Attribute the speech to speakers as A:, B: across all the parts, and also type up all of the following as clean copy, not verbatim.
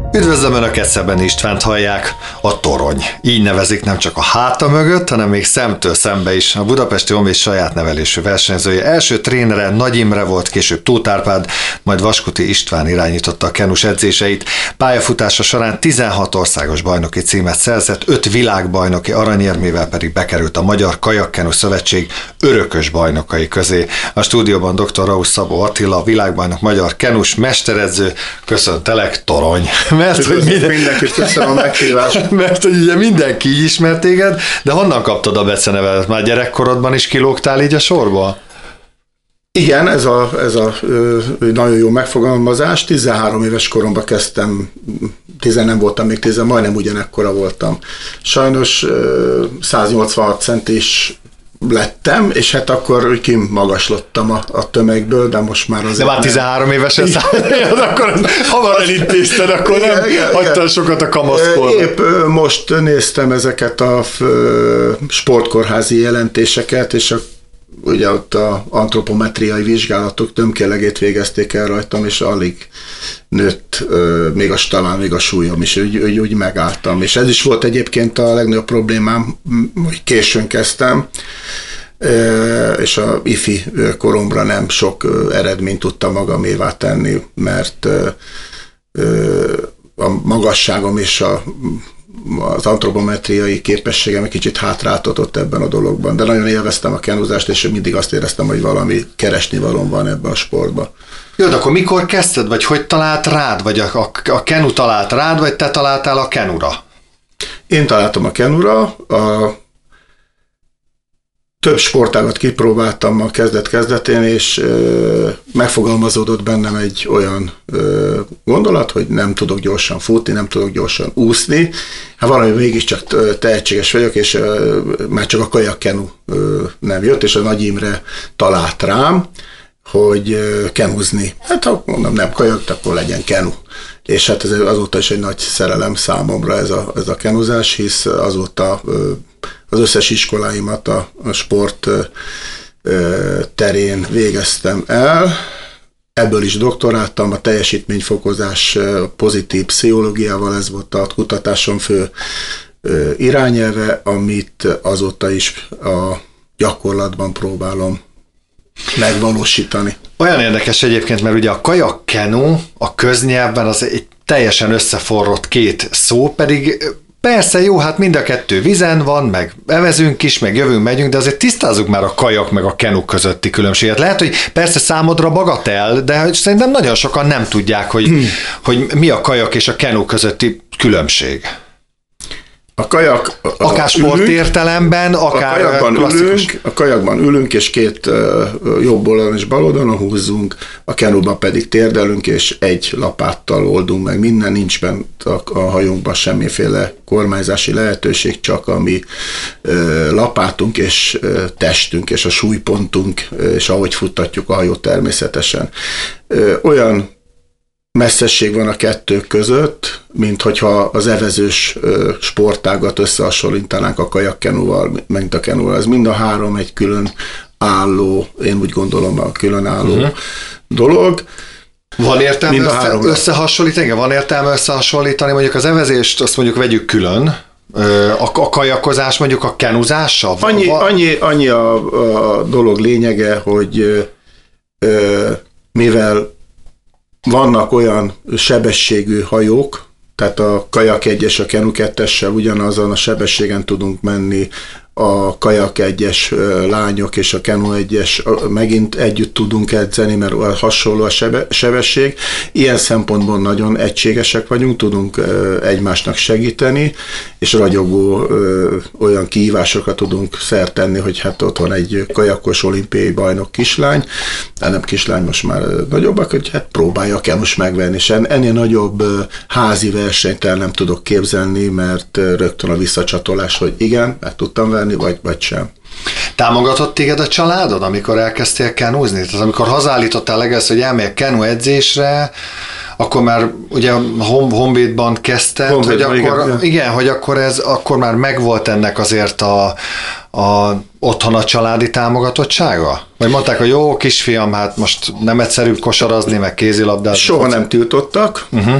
A: Üdvözlöm Önöket, Szebeni Istvánt hallják, a Torony. Így nevezik nem csak a háta mögött, hanem még szemtől szembe is. A Budapesti Honvéd saját nevelésű versenyzője. Első trénere Nagy Imre volt, később Tóth Árpád, majd Vaskuti István irányította a kenus edzéseit. Pályafutása során 16 országos bajnoki címet szerzett, 5 világbajnoki aranyérmével pedig bekerült a Magyar Kajakkenu Szövetség örökös bajnokai közé. A stúdióban dr. Rausz Szabó Attila, a világbajnok magyar kenus mesteredző. Köszöntelek, Torony! Mert hogy
B: mindenkit köszönöm a meghívást.
A: Mert hogy ugye mindenki így ismert téged, de honnan kaptad a becenevedet? Már gyerekkorodban is kilógtál így a sorba?
B: Igen, ez a nagyon jó megfogalmazás. 13 éves koromban kezdtem, nem voltam még 10, majdnem ugyanekkora voltam. Sajnos 186 centis lettem, és hát akkor kimagaslottam a tömegből, de most már azért...
A: De már 13 évesen akkor hamar elintézted, akkor nem hagytál sokat a kamaszkorban.
B: Épp most néztem ezeket a sportkórházi jelentéseket, és ugye ott a antropometriai vizsgálatok tömkelegét végezték el rajtam, és alig nőtt talán még a súlyom is, úgy megálltam. És ez is volt egyébként a legnagyobb problémám, hogy későn kezdtem, és a ifi koromra nem sok eredményt tudtam magamévá tenni, mert a magasságom és az antropometriai képességem egy kicsit hátráltatott ebben a dologban, de nagyon élveztem a kenúzást, és mindig azt éreztem, hogy valami keresnivalóm van ebben a sportban.
A: Jó, de akkor mikor kezdted, vagy hogy talált rád, vagy a kenu talált rád, vagy te találtál a kenura?
B: Én találtam a kenura, több sportágat kipróbáltam a kezdet-kezdetén, és megfogalmazódott bennem egy olyan gondolat, hogy nem tudok gyorsan futni, nem tudok gyorsan úszni. Hát valami mégiscsak tehetséges vagyok, és már csak a kajakkenu nem jött, és a Nagy Imre talált rám, hogy kenuzni. Hát ha mondom, nem kajak, akkor legyen kenu. És hát ez azóta is egy nagy szerelem számomra ez a kenuzás, hisz azóta az összes iskoláimat a sport terén végeztem el. Ebből is doktoráltam, a teljesítményfokozás pozitív pszichológiával, ez volt a kutatásom fő irányelve, amit azóta is a gyakorlatban próbálom megvalósítani.
A: Olyan érdekes egyébként, mert ugye a kajakkenu a köznyelvben az egy teljesen összeforrott két szó, pedig persze jó, hát mind a kettő vízen van, meg evezünk is, meg jövünk, megyünk, de azért tisztázzuk már a kajak meg a kenu közötti különbséget. Lehet, hogy persze számodra bagatel, de szerintem nagyon sokan nem tudják, hogy mi a kajak és a kenu közötti különbség.
B: A kajak...
A: Akár sportértelemben, akár
B: a kajakban ülünk, és két jobb oldalon és bal oldalon húzzunk, a kenuban pedig térdelünk, és egy lapáttal oldunk meg. Minden nincs bent a hajónkban semmiféle kormányzási lehetőség, csak a mi lapátunk és testünk, és a súlypontunk, és ahogy futtatjuk a hajót természetesen. Olyan messzesség van a kettő között, mint hogyha az evezős sportágat összehasonlítanánk a kajakkenuval, mint a kenuval. Ez mind a három egy külön álló, én úgy gondolom, a külön álló dolog.
A: Van értelme összehasonlítani? Igen, van értelme összehasonlítani, mondjuk az evezést, azt mondjuk vegyük külön, a kajakozás mondjuk a kenuzással?
B: Annyi a dolog lényege, hogy mivel vannak olyan sebességű hajók, tehát a kajak 1-es, a kenu 2-essel ugyanazon a sebességen tudunk menni, a kajak 1-es lányok és a kenu 1-es megint együtt tudunk edzeni, mert hasonló a sebesség. Ilyen szempontból nagyon egységesek vagyunk, tudunk egymásnak segíteni, és ragyogó olyan kihívásokra tudunk szert tenni, hogy hát ott van egy kajakos olimpiai bajnok kislány, de nem kislány, most már nagyobbak, hogy hát próbálja a kenus megvenni, és ennél nagyobb házi versenyt el nem tudok képzelni, mert rögtön a visszacsatolás, hogy igen, meg tudtam venni, vagy sem.
A: Támogatott téged a családod, amikor elkezdtél kenúzni? Tehát amikor hazállítottál legelőször, hogy elmegyek kenu edzésre, akkor már ugye Honvédban kezdted, hogy akkor, igen, hogy akkor már megvolt ennek azért a otthon a családi támogatottsága? Vagy mondták, hogy jó, kisfiam, hát most nem egyszerű kosarazni, meg kézilabdázni?
B: Soha nem tiltottak.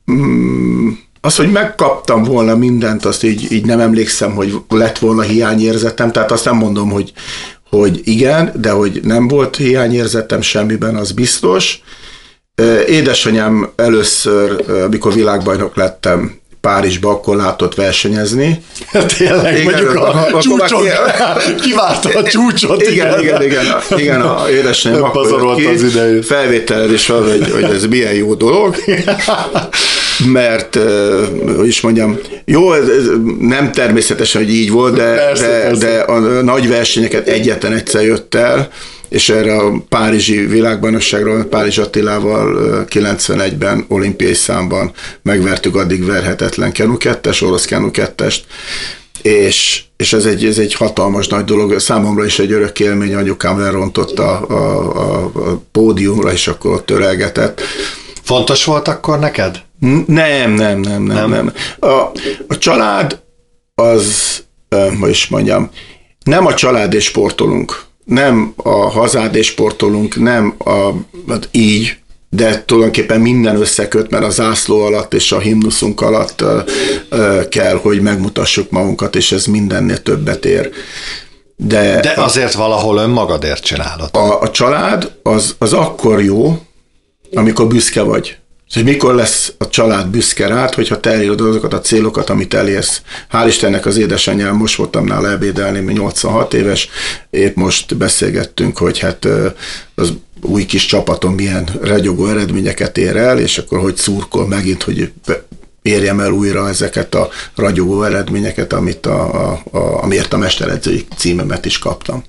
B: Az, hogy megkaptam volna mindent, azt így nem emlékszem, hogy lett volna hiányérzetem, tehát azt nem mondom, hogy igen, de hogy nem volt hiányérzetem semmiben, az biztos. Édesanyám először, amikor világbajnok lettem, Párizsba, akkor látott versenyezni.
A: Tényleg,
B: igen,
A: mondjuk a csúcson, kiválta a csúcsot.
B: Igen, a édesanyám akkor ki, felvételed is van, hogy ez milyen jó dolog, mert, hogy is mondjam, jó, ez nem természetesen, hogy így volt, de a nagy versenyeket egyetlen egyszer jött el, és erre a párizsi világbajnokságról Párizs Attilával 91-ben olimpiai számban megvertük addig verhetetlen Kenu 2-es, orosz Kenu 2-est, és ez egy hatalmas nagy dolog. Számomra is egy örök élmény, anyukám lerontott a pódiumra, és akkor ott törelgetett.
A: Fontos volt akkor neked?
B: Nem. A család az, hogy is mondjam, nem a család és sportolunk. Nem a hazád és sportolunk, nem így, de tulajdonképpen minden összeköt, mert a zászló alatt és a himnuszunk alatt kell, hogy megmutassuk magunkat, és ez mindennél többet ér.
A: De azért valahol önmagadért csinálod.
B: A család az akkor jó, amikor büszke vagy. És mikor lesz a család büszke rád, hogyha te elérod azokat a célokat, amit elérsz. Hál' Istennek az édesanyám, most voltam nála ebédelni, 86 éves, épp most beszélgettünk, hogy hát az új kis csapatom milyen ragyogó eredményeket ér el, és akkor hogy szurkol megint, hogy érjem el újra ezeket a ragyogó eredményeket, amiért a mesteredzői címemet is kaptam.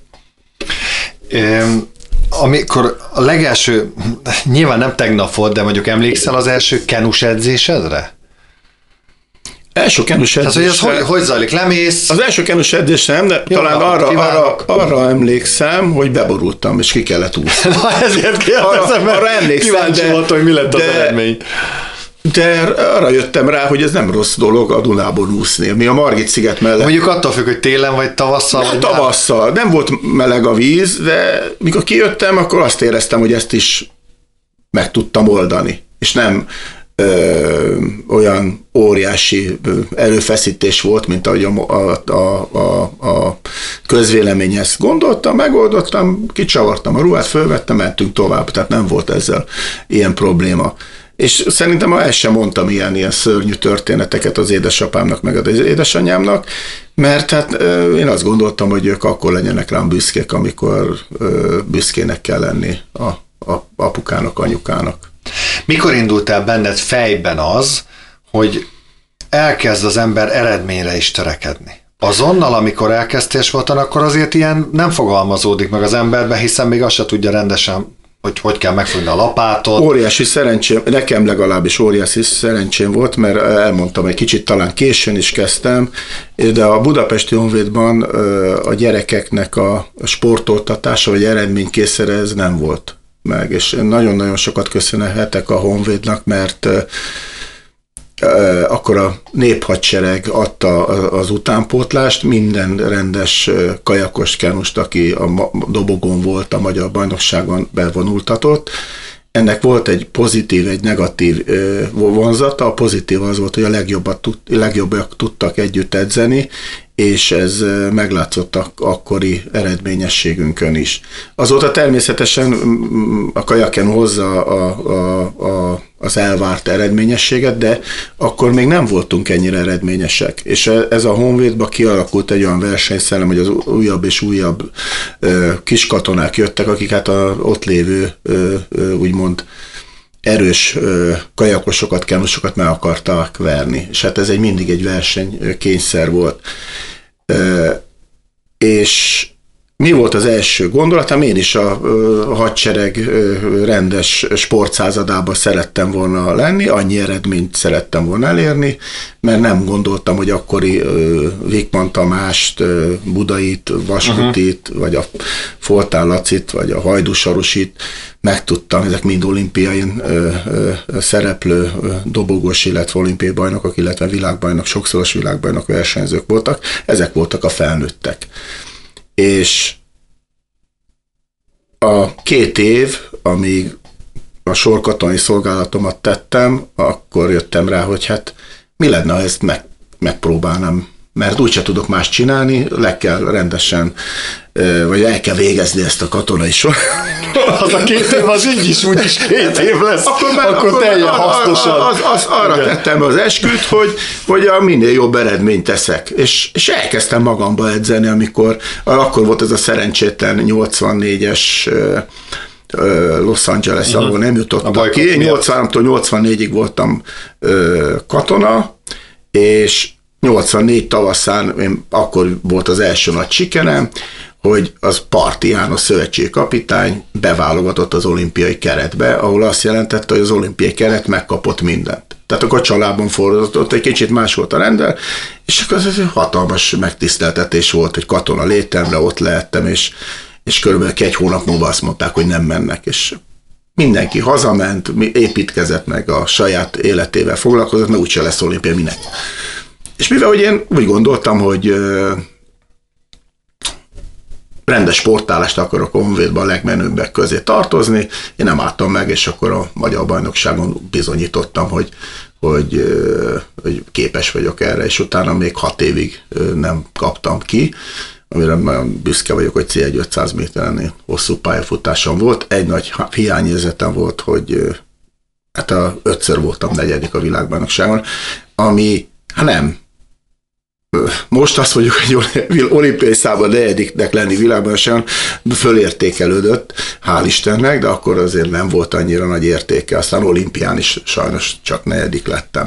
A: Amikor a legelső, nyilván nem tegnap volt, de mondjuk emlékszel az első kenus edzésedre?
B: Első kenus edzésre...
A: Tehát, hogy hogy zajlik? Lemész?
B: Az első kenus edzésre nem, de jó, talán arra emlékszem, hogy beborultam, és ki kellett úszni.
A: Na ezért kérdezem,
B: arra emlékszem,
A: kíváncsi voltam, hogy mi lett az eredmény.
B: De arra jöttem rá, hogy ez nem rossz dolog a Dunában úszni. Mi a Margit-sziget mellett...
A: Mondjuk attól függ, hogy télen vagy tavasszal?
B: Vagy tavasszal. Nem volt meleg a víz, de mikor kijöttem, akkor azt éreztem, hogy ezt is meg tudtam oldani. És nem olyan óriási erőfeszítés volt, mint ahogy a közvélemény ezt gondolta, megoldottam, kicsavartam a ruhát, fölvettem, mentünk tovább. Tehát nem volt ezzel ilyen probléma. És szerintem el sem mondtam ilyen szörnyű történeteket az édesapámnak, meg az édesanyámnak, mert hát én azt gondoltam, hogy ők akkor legyenek rám büszkék, amikor büszkének kell lenni a apukának, anyukának.
A: Mikor indult el benned fejben az, hogy elkezd az ember eredményre is törekedni? Azonnal, amikor elkezdtés voltan, akkor azért ilyen nem fogalmazódik meg az emberben, hiszen még azt se tudja rendesen, hogy kell megfogni a lapátot. Óriási
B: szerencsém, nekem legalábbis óriási szerencsém volt, mert elmondtam, egy kicsit talán későn is kezdtem, de a Budapesti Honvédban a gyerekeknek a sportoltatása vagy eredménykészre ez nem volt meg, és nagyon-nagyon sokat köszönhetek a Honvédnak, mert akkor a néphadsereg adta az utánpótlást, minden rendes kajakos, kenust, aki a dobogón volt, a magyar bajnokságon bevonultatott. Ennek volt egy pozitív, egy negatív vonzata. A pozitív az volt, hogy a legjobbak tudtak együtt edzeni, és ez meglátszott akkori eredményességünkön is. Azóta természetesen a kajaken hozza az elvárt eredményességet, de akkor még nem voltunk ennyire eredményesek. És ez a Honvédban kialakult egy olyan versenyszellem, hogy az újabb és újabb kiskatonák jöttek, akik hát az ott lévő úgymond erős kajakosokat, kenusokat meg akartak verni. És hát ez mindig egy versenykényszer volt. És mi volt az első gondolatom? Én is a hadsereg rendes sportszázadában szerettem volna lenni, annyi eredményt szerettem volna elérni, mert nem gondoltam, hogy akkori Vikman Tamást, Budait, Vaskutit, vagy a Foltán Lacit, vagy a Hajdúsarosit megtudtam, ezek mind olimpiai szereplő dobogós, illetve olimpiai bajnokok, illetve világbajnok, sokszoros világbajnok versenyzők voltak, ezek voltak a felnőttek. És a 2 év, amíg a sorkatonai szolgálatomat tettem, akkor jöttem rá, hogy hát mi lenne, ha ezt megpróbálnám, mert úgyse tudok más csinálni, le kell rendesen, vagy el kell végezni ezt a katonai sor.
A: Az a 2 év az így is, úgyis 2 év lesz, akkor teljesen hasznosan.
B: Arra tettem az esküt, hogy a minél jobb eredményt teszek. És elkezdtem magamba edzeni, akkor volt ez a szerencsétlen 84-es Los Angeles, ahol nem jutottam ki. 83-tól 84-ig voltam katona, és 84 tavaszán, akkor volt az első nagy sikerem, hogy az Parti János szövetségi kapitány beválogatott az olimpiai keretbe, ahol azt jelentette, hogy az olimpiai keret megkapott mindent. Tehát akkor családban fordított, egy kicsit más volt a rendel, és akkor ez hatalmas megtiszteltetés volt, hogy katona létemre ott lehettem, és körülbelül 1 hónap múlva azt mondták, hogy nem mennek, és mindenki hazament, építkezett meg a saját életével foglalkozott, mert úgyse lesz olimpia, minek. És mivel hogy én úgy gondoltam, hogy rendes sportálást akarok a Honvédban a legmenőbbek közé tartozni, én nem álltam meg, és akkor a magyar bajnokságon bizonyítottam, hogy képes vagyok erre, és utána még 6 évig nem kaptam ki, amire nagyon büszke vagyok, hogy C1 méteren hosszú pályafutásom volt. Egy nagy hiányérzetem volt, hogy hát 5-ször voltam 4. a világbajnokságon, ami nem. Most azt mondjuk, hogy olimpiai számban 4. lenni világbajnokságon fölértékelődött, hál' Istennek, de akkor azért nem volt annyira nagy értéke. Aztán olimpián is sajnos csak 4. lettem.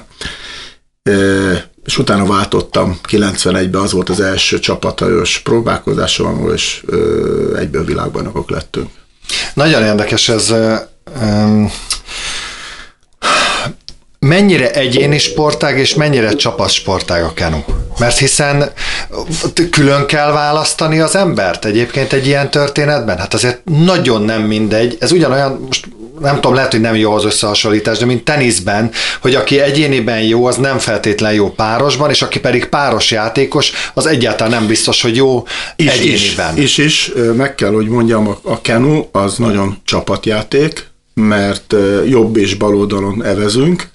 B: És utána váltottam 91-ben, az volt az első csapathajós próbálkozásom, és egyből világbajnokok lettünk.
A: Nagyon érdekes ez. Mennyire egyéni sportág, és mennyire csapatsportág a kenu? Mert hiszen külön kell választani az embert egyébként egy ilyen történetben. Hát azért nagyon nem mindegy. Ez ugyanolyan, most nem tudom, lehet, hogy nem jó az összehasonlítás, de mint teniszben, hogy aki egyéniben jó, az nem feltétlen jó párosban, és aki pedig páros játékos, az egyáltalán nem biztos, hogy jó egyéniben.
B: Is, meg kell, hogy mondjam, a kenu az nagyon csapatjáték, mert jobb és bal oldalon evezünk.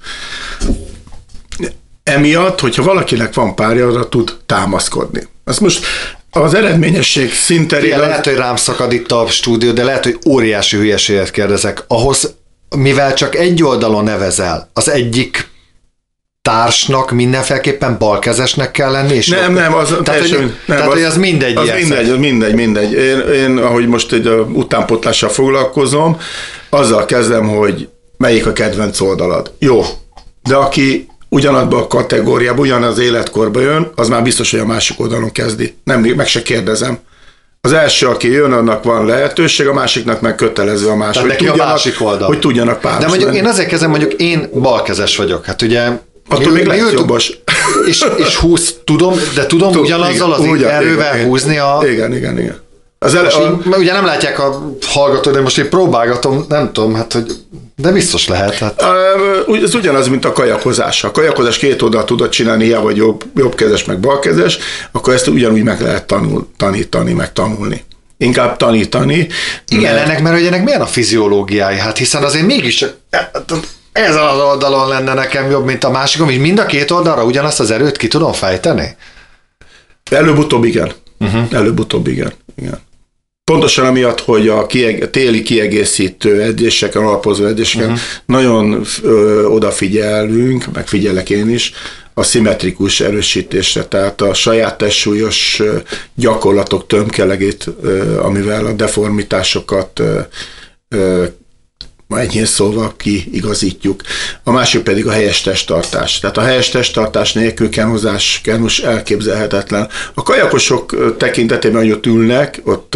B: Emiatt, hogyha valakinek van párja, arra tud támaszkodni. Azt most az eredményesség szinterén...
A: Lehet, hogy rám szakad itt a stúdió, de lehet, hogy óriási hülyeséget kérdezek. Ahhoz, mivel csak egy oldalon nevezel, az egyik társnak mindenféleképpen balkezesnek kell lenni? És
B: nem, az
A: hogy az mindegy.
B: Az mindegy. Én, ahogy most egy utánpótlással foglalkozom, azzal kezdem, hogy melyik a kedvenc oldalad. Jó, de aki ugyanabban a kategóriában, ugyanaz életkorba jön, az már biztos, hogy a másik oldalon kezdi. Nem, meg se kérdezem. Az első, aki jön, annak van lehetőség, a másiknak meg kötelező a másik. Hogy tudjanak páros.
A: De mondjuk én azért kezdem, mondjuk én balkezes vagyok. Hát ugye...
B: Attól még lesz jobbos.
A: És húz, tudom ugyanazzal az erővel húzni a...
B: Igen.
A: Ugye nem látják a hallgatók, de most én próbálgatom, nem tudom, hát hogy... De biztos lehet. Hát.
B: Ez ugyanaz, mint a kajakozás. A kajakozás 2 oldalt tudod csinálni, hiába vagy jobbkezes, meg balkezes, akkor ezt ugyanúgy meg lehet tanítani, meg tanulni. Inkább tanítani.
A: Igen, mert ennek milyen a fiziológiája? Hát hiszen azért mégis ezen az oldalon lenne nekem jobb, mint a másikon, és mind a 2 oldalra ugyanazt az erőt ki tudom fejteni?
B: Előbb-utóbb igen. Igen. Pontosan amiatt, hogy a téli kiegészítő edzéseken, alapozó edzéseken nagyon odafigyelünk, meg figyelek én is, a szimmetrikus erősítésre, tehát a saját testsúlyos gyakorlatok tömkelegét, amivel a deformitásokat enyhén szólva kiigazítjuk. A másik pedig a helyes testtartás. Tehát a helyes testtartás nélkül kenus elképzelhetetlen. A kajakosok tekintetében, hogy ott ülnek, ott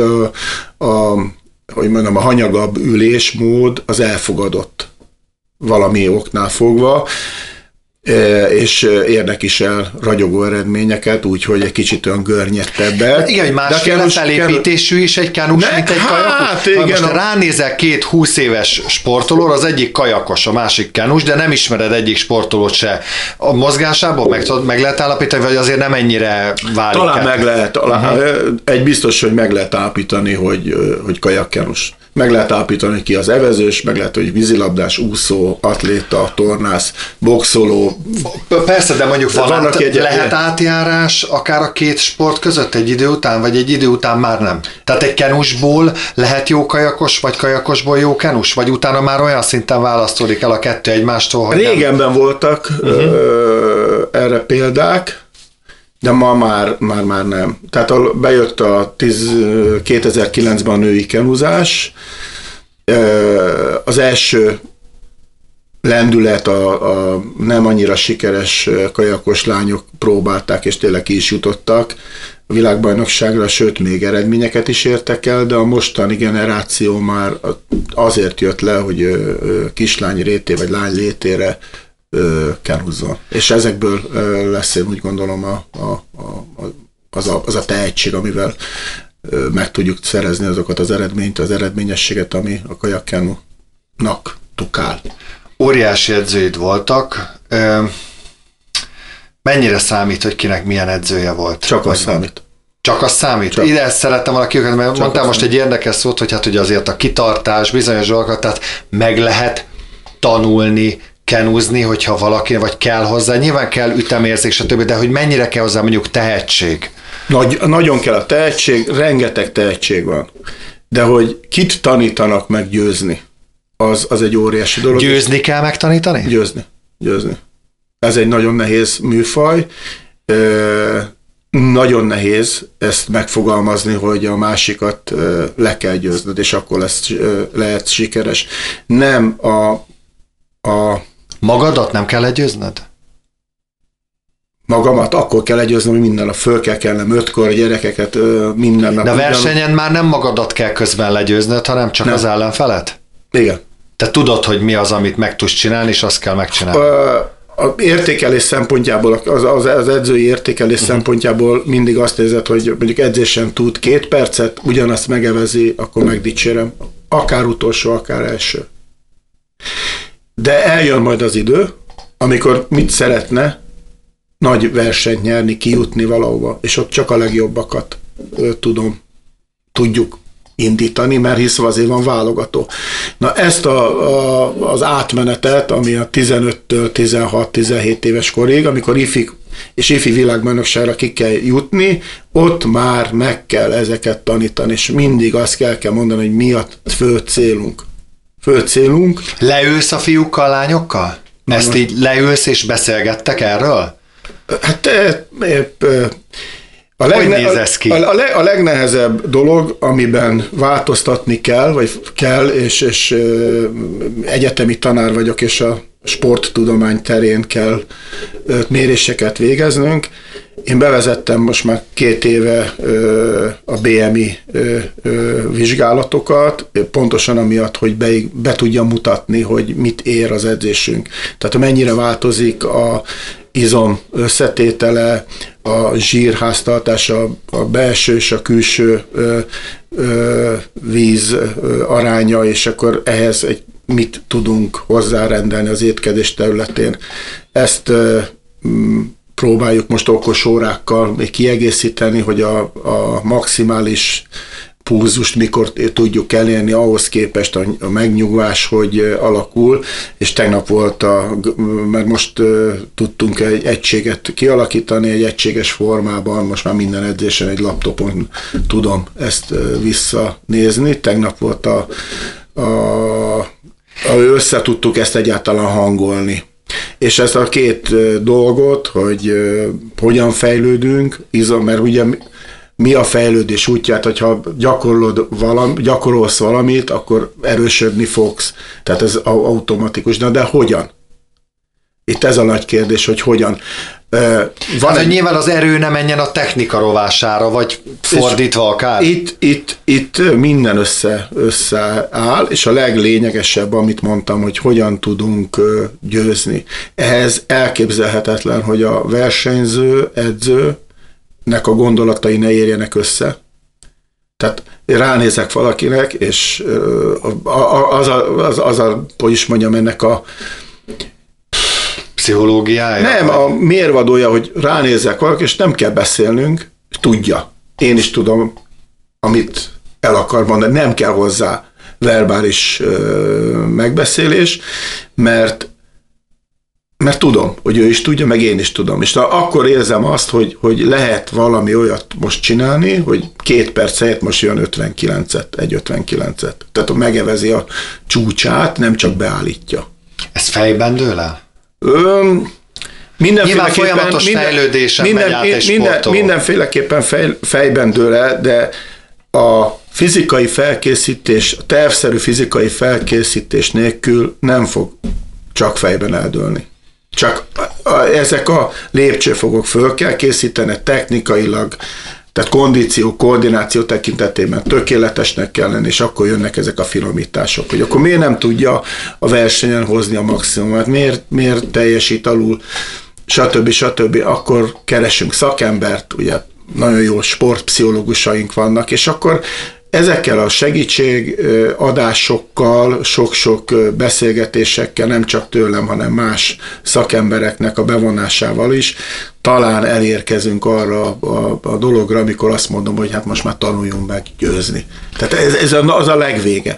B: a hanyagabb ülésmód az elfogadott valami oknál fogva, és érnek is el ragyogó eredményeket, úgyhogy egy kicsit olyan görnyedtebbek.
A: Igen, hogy másféle felépítésű is egy kanus, mint egy kajakos. Igen, most ránézel 2 20 éves sportolóra, az egyik kajakos, a másik kanus, de nem ismered egyik sportolót se. A mozgásából meg lehet állapítani, vagy azért nem ennyire válik?
B: Talán meg lehet. Egy biztos, hogy meg lehet állapítani, hogy kajakkanus. Meg lehet állapítani ki az evezős, meg lehet, hogy vízilabdás, úszó, atléta, tornász, boxoló.
A: Persze, de mondjuk lehet átjárás akár a két sport között egy idő után, vagy egy idő után már nem. Tehát egy kenusból lehet jó kajakos, vagy kajakosból jó kenus, vagy utána már olyan szinten választódik el a kettő egymástól, hogy
B: régenben voltak erre példák, de ma már nem. Tehát bejött a 2009-ben a női kenuzás, az első lendület a nem annyira sikeres kajakos lányok próbálták, és tényleg ki is jutottak a világbajnokságra, sőt még eredményeket is értek el, de a mostani generáció már azért jött le, hogy kislány rété vagy lány létére kenuzzon. És ezekből lesz, én úgy gondolom, az a tehetség, amivel meg tudjuk szerezni azokat az eredményességet, ami a kajakkenunak tukál.
A: Óriási edzőid voltak. Mennyire számít, hogy kinek milyen edzője volt?
B: Csak az számít.
A: Csak az számít? Csak. Ide ezt szerettem volna kiugrani, mert mondtál most egy érdekes szót, hogy hát ugye azért a kitartás, bizonyos dolgokat, tehát meg lehet tanulni, kenúzni, hogyha valaki, vagy kell hozzá, nyilván kell ütemérzék, stb., de hogy mennyire kell hozzá mondjuk tehetség?
B: Nagyon kell a tehetség, rengeteg tehetség van. De hogy kit tanítanak meg győzni, az egy óriási dolog.
A: Győzni kell megtanítani?
B: Győzni. Ez egy nagyon nehéz műfaj. Nagyon nehéz ezt megfogalmazni, hogy a másikat le kell győznöd, és akkor lehet sikeres. Nem
A: Magadat nem kell legyőznöd?
B: Magamat akkor kell legyőznöm, hogy minden föl kell kelnem 5-kor, a gyerekeket minden nap.
A: De a versenyen már nem magadat kell közben legyőznöd, hanem csak az ellenfelet?
B: Igen.
A: Te tudod, hogy mi az, amit meg tudsz csinálni, és azt kell megcsinálni.
B: A értékelés szempontjából, az edzői értékelés szempontjából mindig azt érzed, hogy mondjuk edzésen tud 2 percet, ugyanazt megevezi, akkor megdicsérem. Akár utolsó, akár első. De eljön majd az idő, amikor mit szeretne, nagy versenyt nyerni, kijutni valahova, és ott csak a legjobbakat tudjuk indítani, mert hisz azért van válogató. Na ezt az átmenetet, ami a 15-től 16-17 éves korig, amikor ifi világbajnokságra ki kell jutni, ott már meg kell ezeket tanítani, és mindig azt kell mondani, hogy mi a fő célunk.
A: Leülsz a fiúkkal, lányokkal? Ezt így leülsz és beszélgettek erről?
B: Hát
A: hogy néz ez ki?
B: A legnehezebb dolog, amiben változtatni kell, és egyetemi tanár vagyok, és a sporttudomány terén kell méréseket végeznünk. Én bevezettem most már 2 éve a BMI vizsgálatokat, pontosan amiatt, hogy be tudja mutatni, hogy mit ér az edzésünk. Tehát mennyire változik a izom összetétele, a zsírháztartás, a belső és a külső víz aránya, és akkor ehhez mit tudunk hozzárendelni az étkezés területén. Ezt próbáljuk most okos órákkal még kiegészíteni, hogy a maximális pulzust mikor tudjuk elérni, ahhoz képest a megnyugvás, hogy alakul, és tegnap volt mert most tudtunk egy egységet kialakítani, egy egységes formában, most már minden edzésen egy laptopon tudom ezt visszanézni. Tegnap volt össze tudtuk ezt egyáltalán hangolni. És ezt a 2 dolgot, hogy hogyan fejlődünk, mert ugye mi a fejlődés útját, hogyha gyakorolsz valamit, akkor erősödni fogsz. Tehát ez automatikus. De hogyan? Itt ez a nagy kérdés, hogy hogyan.
A: Hogy nyilván az erő ne menjen a technika rovására, vagy fordítva akár.
B: Itt minden összeáll, és a leglényegesebb, amit mondtam, hogy hogyan tudunk győzni. Ehhez elképzelhetetlen, hogy a versenyző, edzőnek a gondolatai ne érjenek össze. Tehát ránézek valakinek, és hogy is mondjam, ennek a
A: pszichológiája?
B: Nem, a mérvadója, hogy ránézzek valaki, és nem kell beszélnünk, tudja. Én is tudom, amit el akar mondani, nem kell hozzá verbális megbeszélés, mert tudom, hogy ő is tudja, meg én is tudom. És akkor érzem azt, hogy lehet valami olyat most csinálni, hogy 2 perc helyett most jön 59-et, 1,59-et. Tehát megevezi a csúcsát, nem csak beállítja.
A: Ez fejben dől el?
B: Nyilván
A: folyamatos fejlődésen megy át egy sportoló.
B: Mindenféleképpen fejben dől el, de a fizikai felkészítés, a tervszerű fizikai felkészítés nélkül nem fog csak fejben eldőlni. Csak ezek a lépcsőfokok föl kell készíteni technikailag, tehát kondíció, koordináció tekintetében tökéletesnek kell lenni, és akkor jönnek ezek a finomítások, hogy akkor miért nem tudja a versenyen hozni a maximumát, miért teljesít alul, stb. Akkor keresünk szakembert, ugye nagyon jó sportpszichológusaink vannak, és akkor ezekkel a segítségadásokkal, sok-sok beszélgetésekkel, nem csak tőlem, hanem más szakembereknek a bevonásával is, talán elérkezünk arra a dologra, amikor azt mondom, hogy hát most már tanuljunk meg győzni. Tehát ez az a legvége,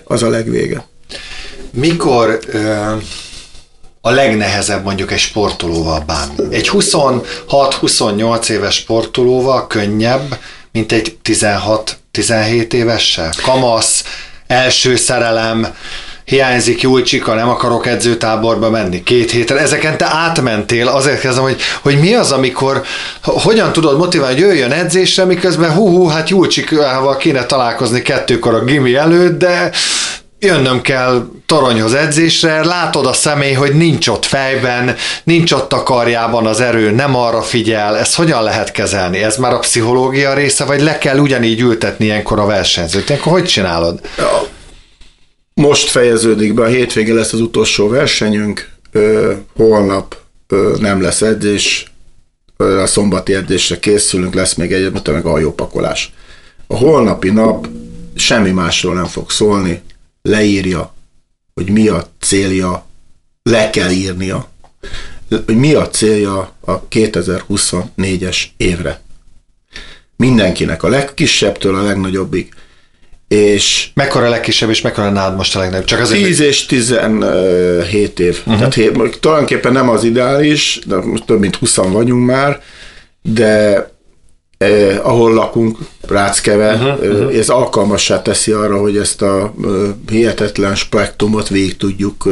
A: Mikor a legnehezebb mondjuk egy sportolóval bánni? Egy 26-28 éves sportolóval könnyebb, mint egy 16-17 évessel? Kamasz, első szerelem, hiányzik Julcsika, nem akarok edzőtáborba menni 2 hétre. Ezeken te átmentél, azért kezdem, hogy mi az, amikor, hogyan tudod motiválni, hogy jöjjön edzésre, miközben hát Julcsikával kéne találkozni 2-kor a gimi előtt, de jönnöm kell Toronyhoz edzésre, látod a személy, hogy nincs ott fejben, nincs ott a karjában az erő, nem arra figyel, ezt hogyan lehet kezelni? Ez már a pszichológia része, vagy le kell ugyanígy ültetni ilyenkor a versenyzőt? Ilyenkor hogy csinálod?
B: Most fejeződik be, a hétvége lesz az utolsó versenyünk, holnap nem lesz edzés, a szombati edzésre készülünk, lesz még egy, meg a hajópakolás. A holnapi nap semmi másról nem fog szólni, leírja, hogy mi a célja, le kell írnia, hogy mi a célja a 2024-es évre. Mindenkinek, a legkisebbtől a legnagyobbbb. És
A: mekkora a legkisebb, és mekkora nálad most a legnagyobb? Csak azért,
B: 10 és 17 év. Tehát tulajdonképpen nem az ideális, de most több mint 20 vagyunk már, de ahol lakunk, Ráckeve, ez alkalmassá teszi arra, hogy ezt a hihetetlen spektrumot végig tudjuk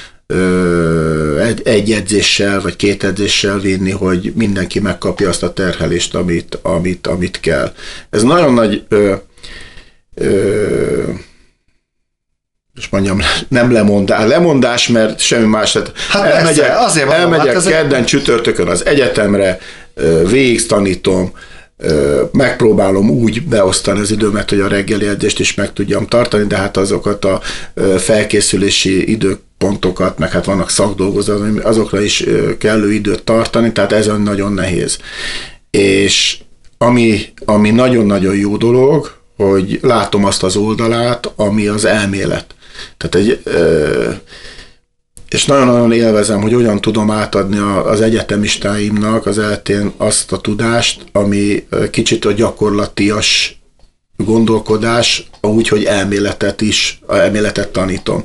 B: egy edzéssel, vagy 2 edzéssel vinni, hogy mindenki megkapja azt a terhelést, amit kell. Ez nagyon nagy és mondjam, nem lemondás, mert semmi más. Hát elmegyek kedden, csütörtökön az egyetemre, végig tanítom, megpróbálom úgy beosztani az időmet, hogy a reggeli edzést is meg tudjam tartani, de hát azokat a felkészülési időpontokat, meg hát vannak szakdolgozatok, azokra is kellő időt tartani, tehát ez nagyon nehéz. És ami nagyon-nagyon jó dolog, hogy látom azt az oldalát, ami az elmélet. Tehát és nagyon-nagyon élvezem, hogy hogyan tudom átadni az egyetemistáimnak az eltén azt a tudást, ami kicsit a gyakorlatias gondolkodás, úgy, hogy elméletet tanítom.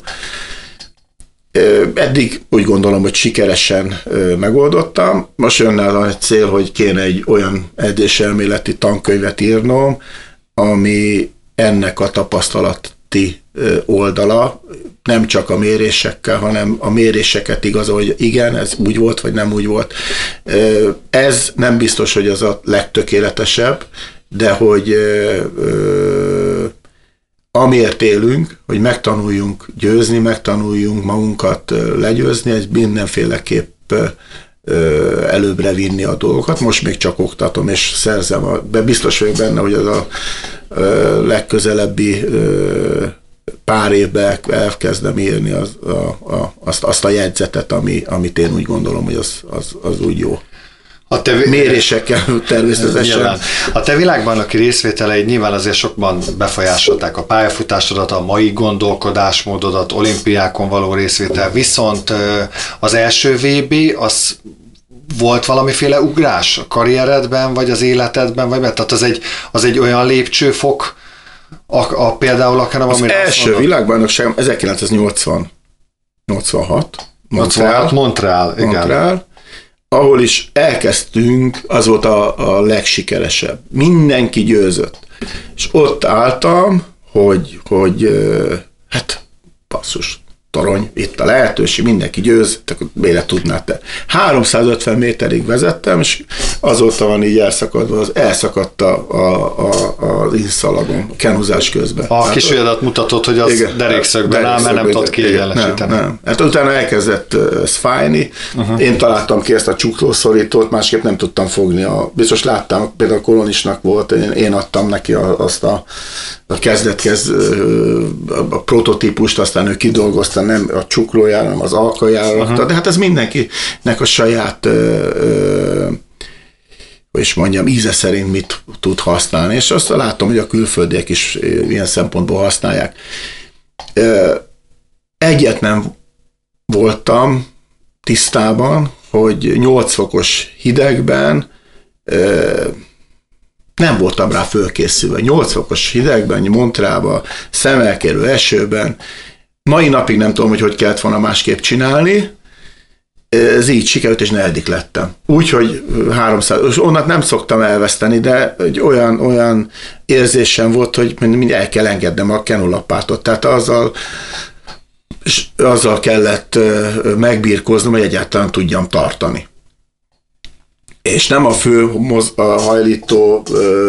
B: Eddig úgy gondolom, hogy sikeresen megoldottam. Most jönne el egy cél, hogy kéne egy olyan edzéselméleti tankönyvet írnom, ami ennek a tapasztalati oldala, nem csak a mérésekkel, hanem a méréseket igazol, hogy igen, ez úgy volt, vagy nem úgy volt. Ez nem biztos, hogy az a legtökéletesebb, de hogy amiért élünk, hogy megtanuljunk győzni, megtanuljunk magunkat legyőzni, ez mindenféleképp előbbre vinni a dolgokat. Most még csak oktatom, és szerzem, de biztos vagyok benne, hogy az a legközelebbi pár évben elkezdem írni azt a jegyzetet, amit én úgy gondolom, hogy az úgy jó. Mérésekkel természetesen.
A: Nyilván. A te világbajnoki részvételeid nyilván azért sokban befolyásolták a pályafutásodat, a mai gondolkodásmódodat, olimpiákon való részvétel, viszont az első VB, az volt valamiféle ugrás a karrieredben, vagy az életedben, vagy mert tehát az egy olyan lépcsőfok, Például akár
B: az első világbajnokságom 1986.
A: Montreal, igen.
B: Montreal, ahol is elkezdtünk, az volt a legsikeresebb. Mindenki győzött. És ott álltam, hogy hát basszus, torony, itt a lehetőség, mindenki győz, miért tudnád te. 350 méterig vezettem, és azóta van így elszakadt az inszalagom, a kenuzás közben.
A: A kis ujjadat mutatott, hogy az derékszögben áll, mert nem tudott kiegyenlesíteni.
B: Nem. Hát utána elkezdett ez fájni. Én találtam ki ezt a csuklószorítót, másképp nem tudtam fogni. Biztos láttam, például a Kolonisnak volt, én adtam neki azt a a prototípust, aztán ő kidolgozta, nem a csuklójára, hanem az alkajára rakta, de hát ez mindenkinek a saját és mondjam, íze szerint mit tud használni, és azt látom, hogy a külföldiek is ilyen szempontból használják. Egyet nem voltam tisztában, hogy 8 fokos hidegben nem voltam rá fölkészülve. 8 fokos hidegben, Montrealban, szemelkérő esőben. Mai napig nem tudom, hogy kellett volna másképp csinálni. Ez így sikerült, és 4. lettem. Úgyhogy 300, és onnan nem szoktam elveszteni, de egy olyan érzésem volt, hogy mindjárt el kell engednem a kenulapátot. Tehát azzal kellett megbírkoznom, hogy egyáltalán tudjam tartani. És nem a fő hajlító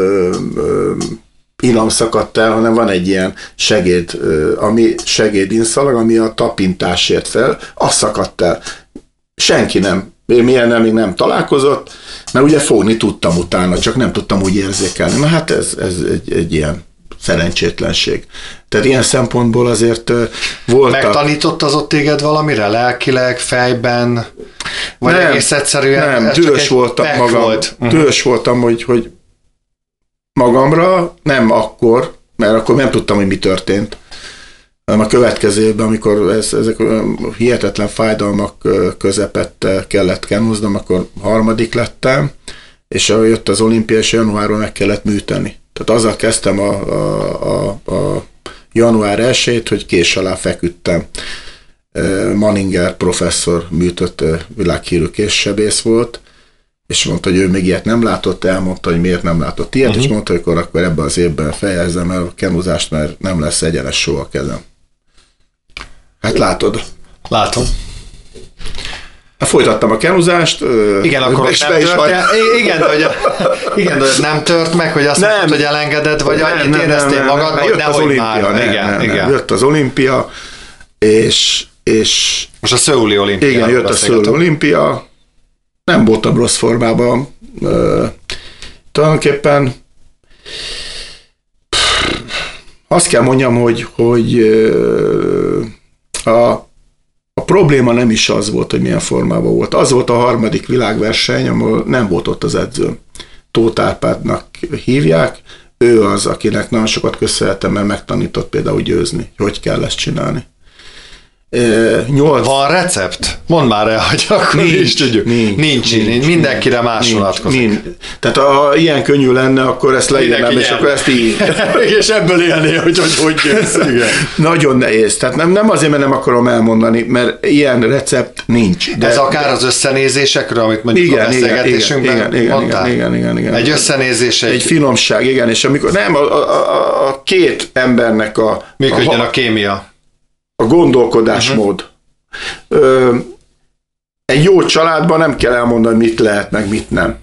B: ilam szakadt el, hanem van egy ilyen segédinszalag, ami a tapintásért fel, az szakadt el. Senki nem, milyen még nem találkozott, mert ugye fogni tudtam utána, csak nem tudtam úgy érzékelni. Na hát ez egy ilyen szerencsétlenség. Tehát ilyen szempontból azért volt.
A: Megtanított az ott téged valamire? Lelkileg, fejben? Vagy nem, egész egyszerűen?
B: Nem, dühös voltam magam. Volt. Dühös voltam, hogy magamra, nem akkor, mert akkor nem tudtam, hogy mi történt. hanem a következő évben, amikor ezek hihetetlen fájdalmak közepette kellett kenúznom, akkor 3. lettem, és jött az olimpia, és januárban meg kellett műteni. Tehát azzal kezdtem a január 1-ét, hogy kés alá feküdtem. Manninger professzor műtött, világhírű késsebész volt, és mondta, hogy ő még ilyet nem látott, elmondta, hogy miért nem látott ilyet, és mondta, hogy akkor ebben az évben fejezzem el a kenúzást, mert nem lesz egyenes soha a kezem. Hát látod.
A: Látom.
B: Folytattam a kenúzást.
A: Igen, akkor nem tört. Igen, de nem tört meg, hogy azt mondtad, hogy elengeded, vagy annyit éreztél magad, hogy nehogy már. Igen.
B: Jött az olimpia, és
A: most a szöuli olimpia.
B: Igen, jött a szöuli olimpia. Nem voltam rossz formában. Tulajdonképpen azt kell mondjam, hogy a probléma nem is az volt, hogy milyen formában volt. Az volt a 3. világverseny, ahol nem volt ott az edzőm. Tóth Árpádnak hívják, ő az, akinek nagyon sokat köszönhetem, mert megtanított például győzni, hogy kell ezt csinálni.
A: 8... Van recept? Mondd már el, hogy akkor is tudjuk. Nincs. Mindenkire más vonatkozik.
B: Tehát ha ilyen könnyű lenne, akkor ezt leírnám, és akkor ezt így.
A: És ebből élnél, hogy jössz.
B: Nagyon nehéz. Tehát nem azért, mert nem akarom elmondani, mert ilyen recept nincs.
A: De ez akár az összenézésekről, amit mondjuk a beszélgetésünkben mondtál?
B: Igen.
A: Egy összenézés.
B: Egy finomság, igen. És amikor nem, a két embernek
A: működjön a kémia.
B: A gondolkodásmód. Egy jó családban nem kell elmondani, mit lehet, meg mit nem.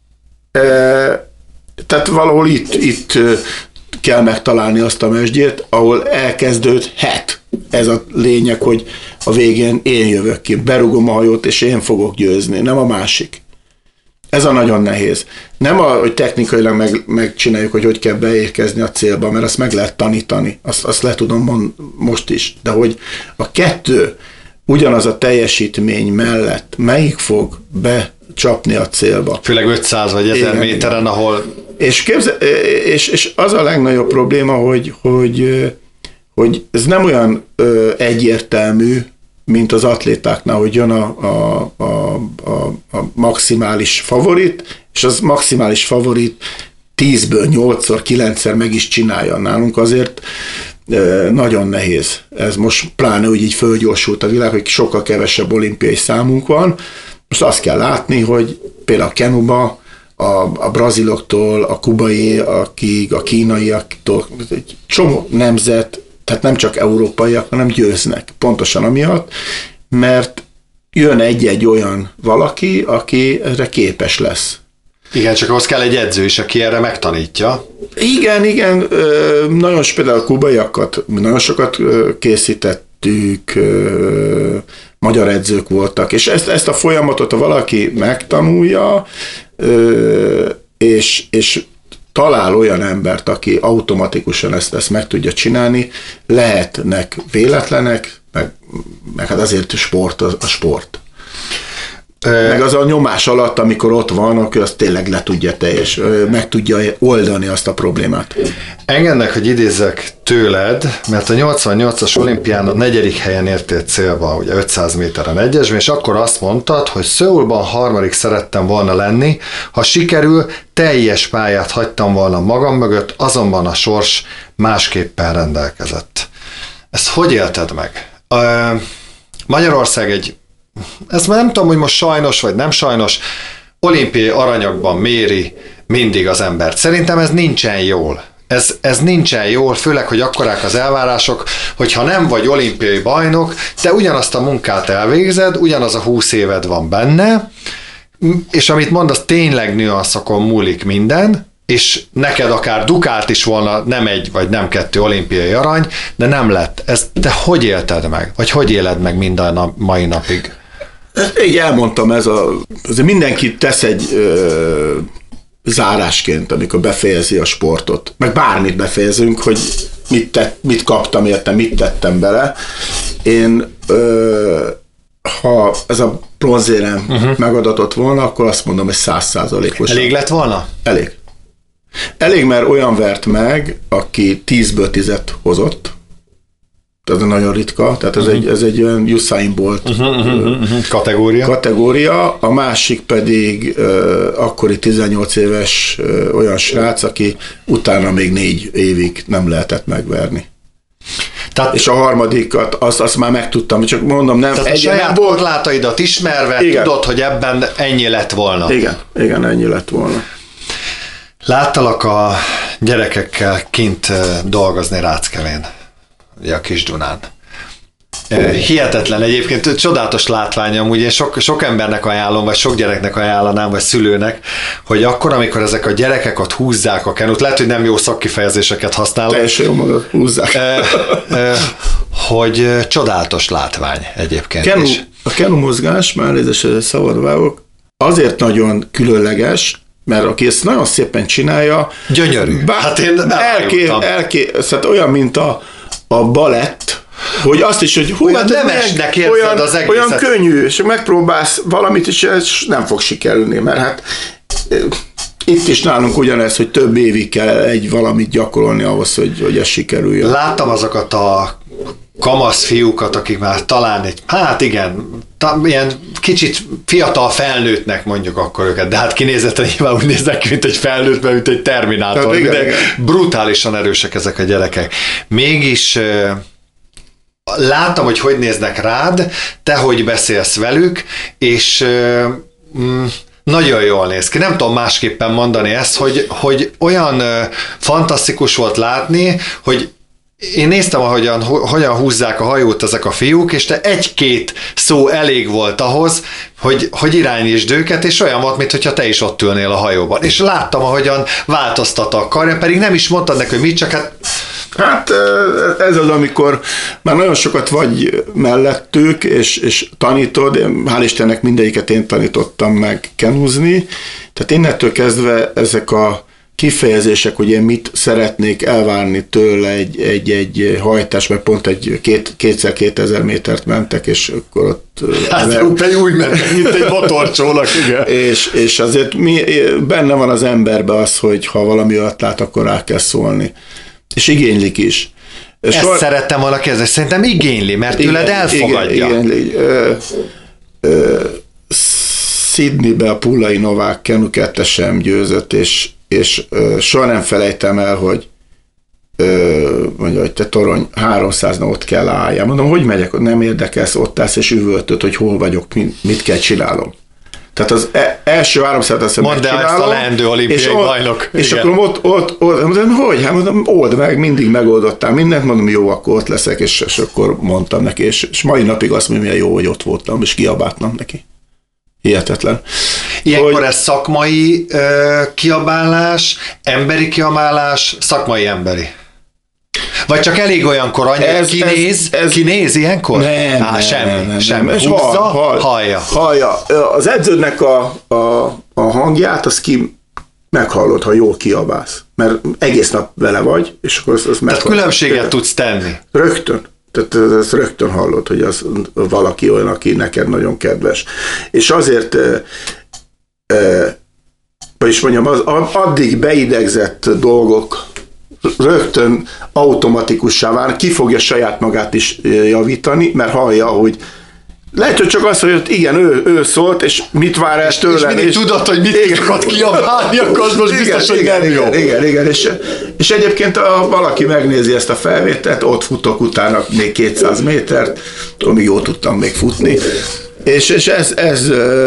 B: Tehát valahol itt kell megtalálni azt a mesdjét, ahol elkezdődhet. Ez a lényeg, hogy a végén én jövök ki, berugom a hajót, és én fogok győzni, nem a másik. Ez a nagyon nehéz. Nem hogy technikailag megcsináljuk, hogy kell beérkezni a célba, mert azt meg lehet tanítani. Azt le tudom most is. De hogy a kettő ugyanaz a teljesítmény mellett melyik fog becsapni a célba?
A: Főleg 500 vagy 1000 méteren, ahol...
B: És az a legnagyobb probléma, hogy ez nem olyan egyértelmű, mint az atlétáknál, hogy jön a maximális favorit, és az maximális favorit 10-ből 8-szor, 9-szer meg is csinálja nálunk, azért nagyon nehéz. Ez most pláne úgy így fölgyorsult a világ, hogy sokkal kevesebb olimpiai számunk van. Most azt kell látni, hogy például a kenuba a braziloktól, a kubai, a kínaiaktól, egy csomó nemzet, tehát nem csak európaiak, hanem győznek. Pontosan amiatt, mert jön egy-egy olyan valaki, aki erre képes lesz.
A: Igen, csak ahhoz kell egy edző is, aki erre megtanítja.
B: Igen, nagyon például a kubaiakat, nagyon sokat készítettük, magyar edzők voltak, és ezt a folyamatot, ha valaki megtanulja, és talál olyan embert, aki automatikusan ezt meg tudja csinálni, lehetnek véletlenek, meg hát azért sport a sport. Meg az a nyomás alatt, amikor ott van, akkor azt tényleg meg tudja oldani azt a problémát.
A: Engednek, hogy idézzek tőled, mert a 88-as olimpián a 4. helyen értél célba, ugye 500 méteren egyesben, és akkor azt mondtad, hogy Szöulban 3. szerettem volna lenni, ha sikerül, teljes pályát hagytam volna magam mögött, azonban a sors másképpen rendelkezett. Ezt hogy élted meg? Magyarország ezt már nem tudom, hogy most sajnos vagy nem sajnos, olimpiai aranyagban méri mindig az embert. Szerintem ez nincsen jól. Ez nincsen jól, főleg, hogy akkorák az elvárások, hogyha nem vagy olimpiai bajnok, te ugyanazt a munkát elvégzed, ugyanaz a 20 éved van benne, és amit mondasz, tényleg nüanszokon múlik minden, és neked akár dukált is volna, nem 1 vagy nem 2 olimpiai arany, de nem lett. Ezt te hogy élted meg? Vagy hogy éled meg minden mai napig?
B: Így elmondtam, azért mindenki tesz egy zárásként, amikor befejezi a sportot. Meg bármit befejezünk, hogy mit kaptam érte, mit tettem bele. Én, ha ez a bronzérem megadatott volna, akkor azt mondom, hogy 100%-os.
A: Elég lett volna?
B: Elég, mert olyan vert meg, aki 10-ből 10-et hozott. Ez nagyon ritka, tehát ez egy olyan Usain Bolt kategória. A másik pedig akkori 18 éves olyan srác, aki utána még 4 évig nem lehetett megverni. Tehát, és a harmadikat, azt már megtudtam, csak mondom, nem.
A: Tehát a saját korlátaidat ismerve, igen, tudod, hogy ebben ennyi lett volna.
B: Igen, ennyi lett volna.
A: Láttalak a gyerekekkel kint dolgozni Ráckevén, a Kis-Dunán. Hihetetlen egyébként, csodálatos látvány amúgy, én sok embernek ajánlom, vagy sok gyereknek ajánlanám, vagy szülőnek, hogy akkor, amikor ezek a gyerekek ott húzzák a kenut, lehet, hogy nem jó szakkifejezéseket használok.
B: Teljesen jó magad, húzzák.
A: Hogy csodálatos látvány egyébként.
B: A kenu mozgás, már nézést szabad vágok, azért nagyon különleges, mert aki ezt nagyon szépen csinálja,
A: gyönyörű.
B: Hát én szóval olyan, mint a balett, hogy azt is, hogy
A: olyan nemesnek érzed az egészet.
B: Olyan könnyű, és megpróbálsz valamit, és nem fog sikerülni, mert hát itt is nálunk ugyanez, hogy több évig kell valamit gyakorolni ahhoz, hogy ez sikerüljön.
A: Láttam azokat a kamasz fiúkat, akik már talán ilyen kicsit fiatal felnőttnek mondjuk akkor őket, de hát kinézetten nyilván úgy néznek ki, mint egy felnőtt, mint egy terminátor.
B: Hát
A: igen. Brutálisan erősek ezek a gyerekek. Mégis láttam, hogy néznek rád, te hogy beszélsz velük, és nagyon jól néz ki. Nem tudom másképpen mondani ezt, hogy olyan fantasztikus volt látni, hogy én néztem, hogyan húzzák a hajót ezek a fiúk, és te 1-2 szó elég volt ahhoz, hogy irányítsd őket, és olyan volt, mintha te is ott ülnél a hajóban. És láttam, ahogyan változtat a karja, pedig nem is mondtad neki, hogy mit, csak
B: Hát ez az, amikor már nagyon sokat vagy mellettük, és tanítod, hál' Istennek mindegyiket én tanítottam meg kenúzni, tehát innentől kezdve ezek a kifejezések, hogy én mit szeretnék elvárni tőle egy hajtás, mert pont egy 2000 métert mentek, és akkor ott...
A: Hát úgy mentek, mint egy motorcsónak, igen.
B: És azért benne van az emberben az, hogy ha valami olyat lát, akkor rá kell szólni. És igénylik is.
A: Ezt szerettem volna kérdezni, szerintem igényli, mert tőled elfogadja.
B: Igényli. Sydneybe a Pullai Novák Kenu 2 sem győzött, és és soha nem felejtem el, hogy mondja, hogy te torony 300-na ott kell álljál. Mondom, hogy megyek, nem érdekelsz, ott állsz és üvöltöd, hogy hol vagyok, mit kell csinálnom. Tehát az első 300-at
A: mondd el ezt a leendő olimpiai bajnok.
B: És akkor ott mondom, hogy? Hát mondom, old meg, mindig megoldottál mindent, mondom, jó, akkor ott leszek, és akkor mondtam neki, és mai napig azt mondja, milyen jó, hogy ott voltam, és kiabáltam neki. Hihetetlen.
A: Ilyenkor hogy... ez szakmai kiabálás, emberi kiabálás, szakmai emberi. Vagy csak elég olyankor anyag kinéz ilyenkor?
B: Nem,
A: semmi. Húzza,
B: hallja. Az edződnek a hangját, azt meghallod, ha jól kiabálsz. Mert egész nap vele vagy, és akkor azt meghallod.
A: Tehát különbséget tudsz tenni.
B: Rögtön. Tehát ezt rögtön hallod, hogy az valaki olyan, aki neked nagyon kedves. És azért, is mondjam, az addig beidegzett dolgok rögtön automatikussá válnak, ki fogja saját magát is javítani, mert hallja, hogy lehet, hogy csak az, hogy igen, ő szólt, és mit vár el tőlem.
A: És mindig tudod, hogy mit akart kiabálni, akkor az most biztos, hogy nem jó.
B: Igen. És egyébként, ha valaki megnézi ezt a felvételt, ott futok utána még 200 métert, amíg jól tudtam még futni, és ez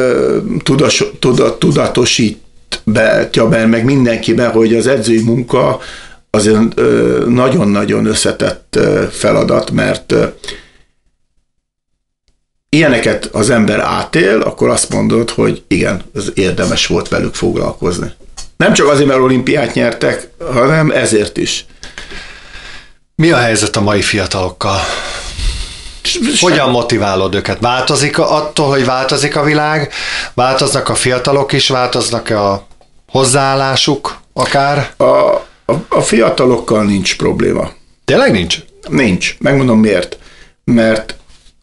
B: tudatosítja be meg mindenkiben, hogy az edzői munka azért nagyon-nagyon összetett feladat, mert ilyeneket az ember átél, akkor azt mondod, hogy igen, ez érdemes volt velük foglalkozni. Nem csak azért, mert olimpiát nyertek, hanem ezért is.
A: Mi a helyzet a mai fiatalokkal? Hogyan motiválod őket? Változik attól, hogy változik a világ? Változnak a fiatalok is? Változnak a hozzáállásuk akár?
B: A fiatalokkal nincs probléma.
A: Tényleg nincs?
B: Nincs. Megmondom miért. Mert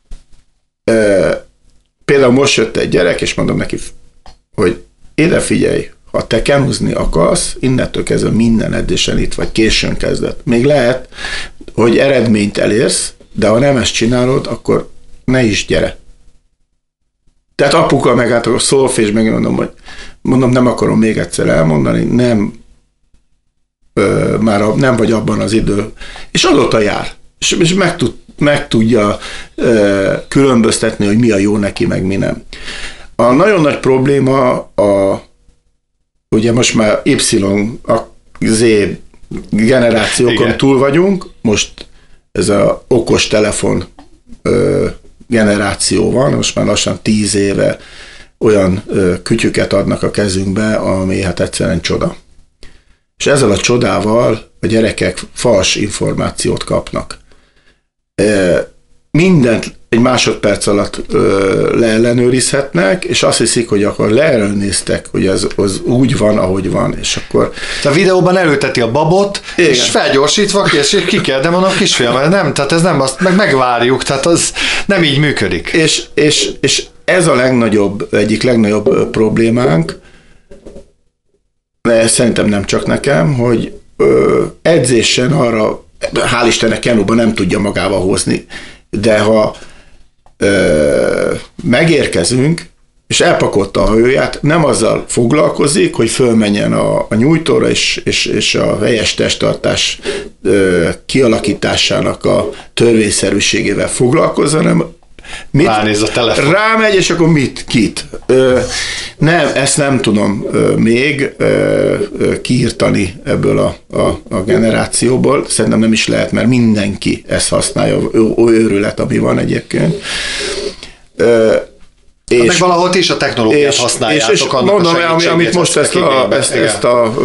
B: például most jött egy gyerek, és mondom neki, hogy ide figyelj, ha te kenúzni akarsz, innentől kezdve minden edzésen itt vagy, későn kezdett. Még lehet, hogy eredményt elérsz, de ha nem ezt csinálod, akkor ne is gyere. Tehát apuka megállt a szolfés, megmondom, hogy nem akarom még egyszer elmondani, már nem vagy abban az idő. És azóta jár. És meg tudja különböztetni, hogy mi a jó neki, meg mi nem. A nagyon nagy probléma ugye most már Z generációkon túl vagyunk, most ez az okos telefon generáció van, most már lassan 10 éve olyan kütyüket adnak a kezünkbe, ami hát egyszerűen csoda. És ezzel a csodával a gyerekek fals információt kapnak. Mindent egy másodperc alatt leellenőrizhetnek, és azt hiszik, hogy akkor leellenőriztek, hogy az úgy van, ahogy van, és akkor...
A: A videóban előteti a babot, igen. És felgyorsítva és ki kell, de mondom, kisfiam, nem, tehát ez nem azt, megvárjuk, tehát az nem így működik.
B: És ez a egyik legnagyobb problémánk, de szerintem nem csak nekem, hogy edzésen arra, hál' Istennek Kenúban nem tudja magával hozni, de ha megérkezünk, és elpakolta a hajóját, nem azzal foglalkozik, hogy fölmenjen a nyújtóra, és a helyes testtartás kialakításának a törvényszerűségével foglalkozzon, hanem
A: ránéz a telefon.
B: Rámegy, és akkor kit? Nem, ezt nem tudom még kiírtani ebből a generációból. Szerintem nem is lehet, mert mindenki ezt használja. Olyan őrület, ami van egyébként.
A: És meg valahol is a technológiát használjátok.
B: És mondom, amit most ezt a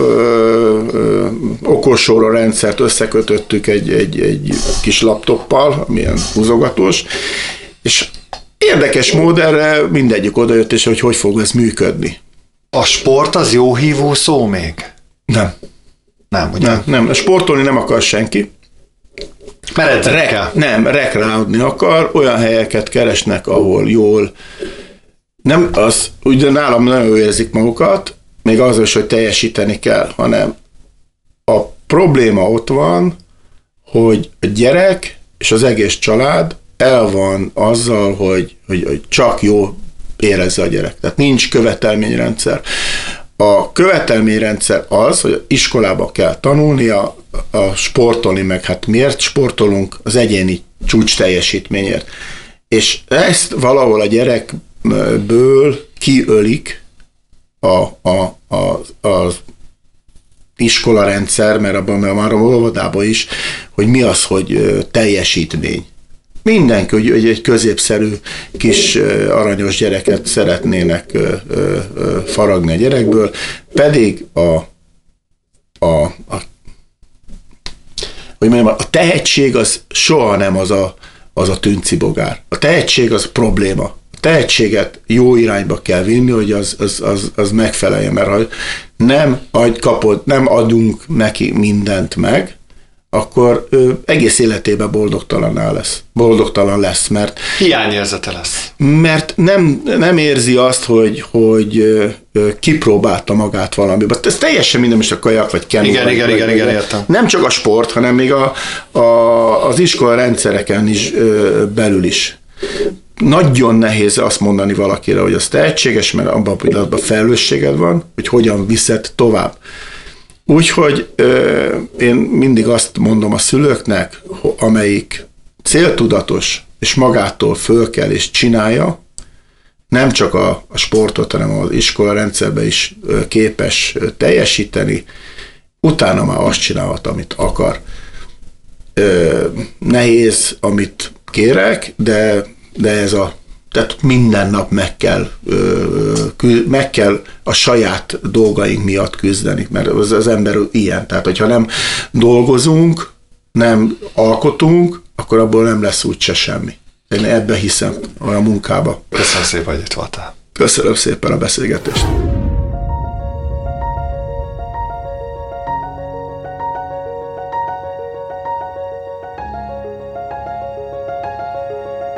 B: okosóró rendszert összekötöttük egy kis laptoppal, amilyen húzogatós, és érdekes mód erre mindegyik odajött, és hogy fog ez működni.
A: A sport az jó hívó szó még?
B: Nem.
A: Nem, ugye?
B: Nem. Sportolni nem akar senki. Rekreálni akar, olyan helyeket keresnek, ahol jól nem az, ugye nálam nagyon érzik magukat, még az is, hogy teljesíteni kell, hanem a probléma ott van, hogy a gyerek és az egész család el van azzal, hogy csak jó érezze a gyerek. Tehát nincs követelményrendszer. A követelményrendszer az, hogy iskolába kell tanulnia, a sportolni, meg hát miért sportolunk? Az egyéni csúcs teljesítményért. És ezt valahol a gyerekből kiölik az iskolarendszer, mert abban már a óvodában is, hogy mi az, hogy teljesítmény. Mindenki, hogy egy középszerű kis aranyos gyereket szeretnének faragni a gyerekből, pedig a tehetség az soha nem az a tüncibogár. A tehetség az probléma. A tehetséget jó irányba kell vinni, hogy az megfeleljen, mert ha nem adunk neki mindent meg, akkor egész életében boldogtalan lesz, mert
A: hiányérzete lesz.
B: Mert nem érzi azt, hogy kipróbálta magát valamiben. Ez teljesen minden, most a kajak vagy kenu.
A: Igen, értem.
B: Nem csak a sport, hanem még az iskola rendszereken is belül is. Nagyon nehéz azt mondani valakire, hogy az tehetséges, mert abban a pillanatban felelősséged van, hogy hogyan viszed tovább. Úgyhogy én mindig azt mondom a szülőknek, amelyik céltudatos és magától föl kell és csinálja, nem csak a sportot, hanem az iskola rendszerben is képes teljesíteni, utána már azt csinálhat, amit akar. Nehéz, amit kérek, de tehát minden nap meg kell a saját dolgaink miatt küzdeni, mert az ember ilyen. Tehát, hogyha nem dolgozunk, nem alkotunk, akkor abból nem lesz úgyse semmi. Én ebbe hiszem, a munkába.
A: Köszönöm szépen, hogy itt voltál.
B: Köszönöm szépen a beszélgetést.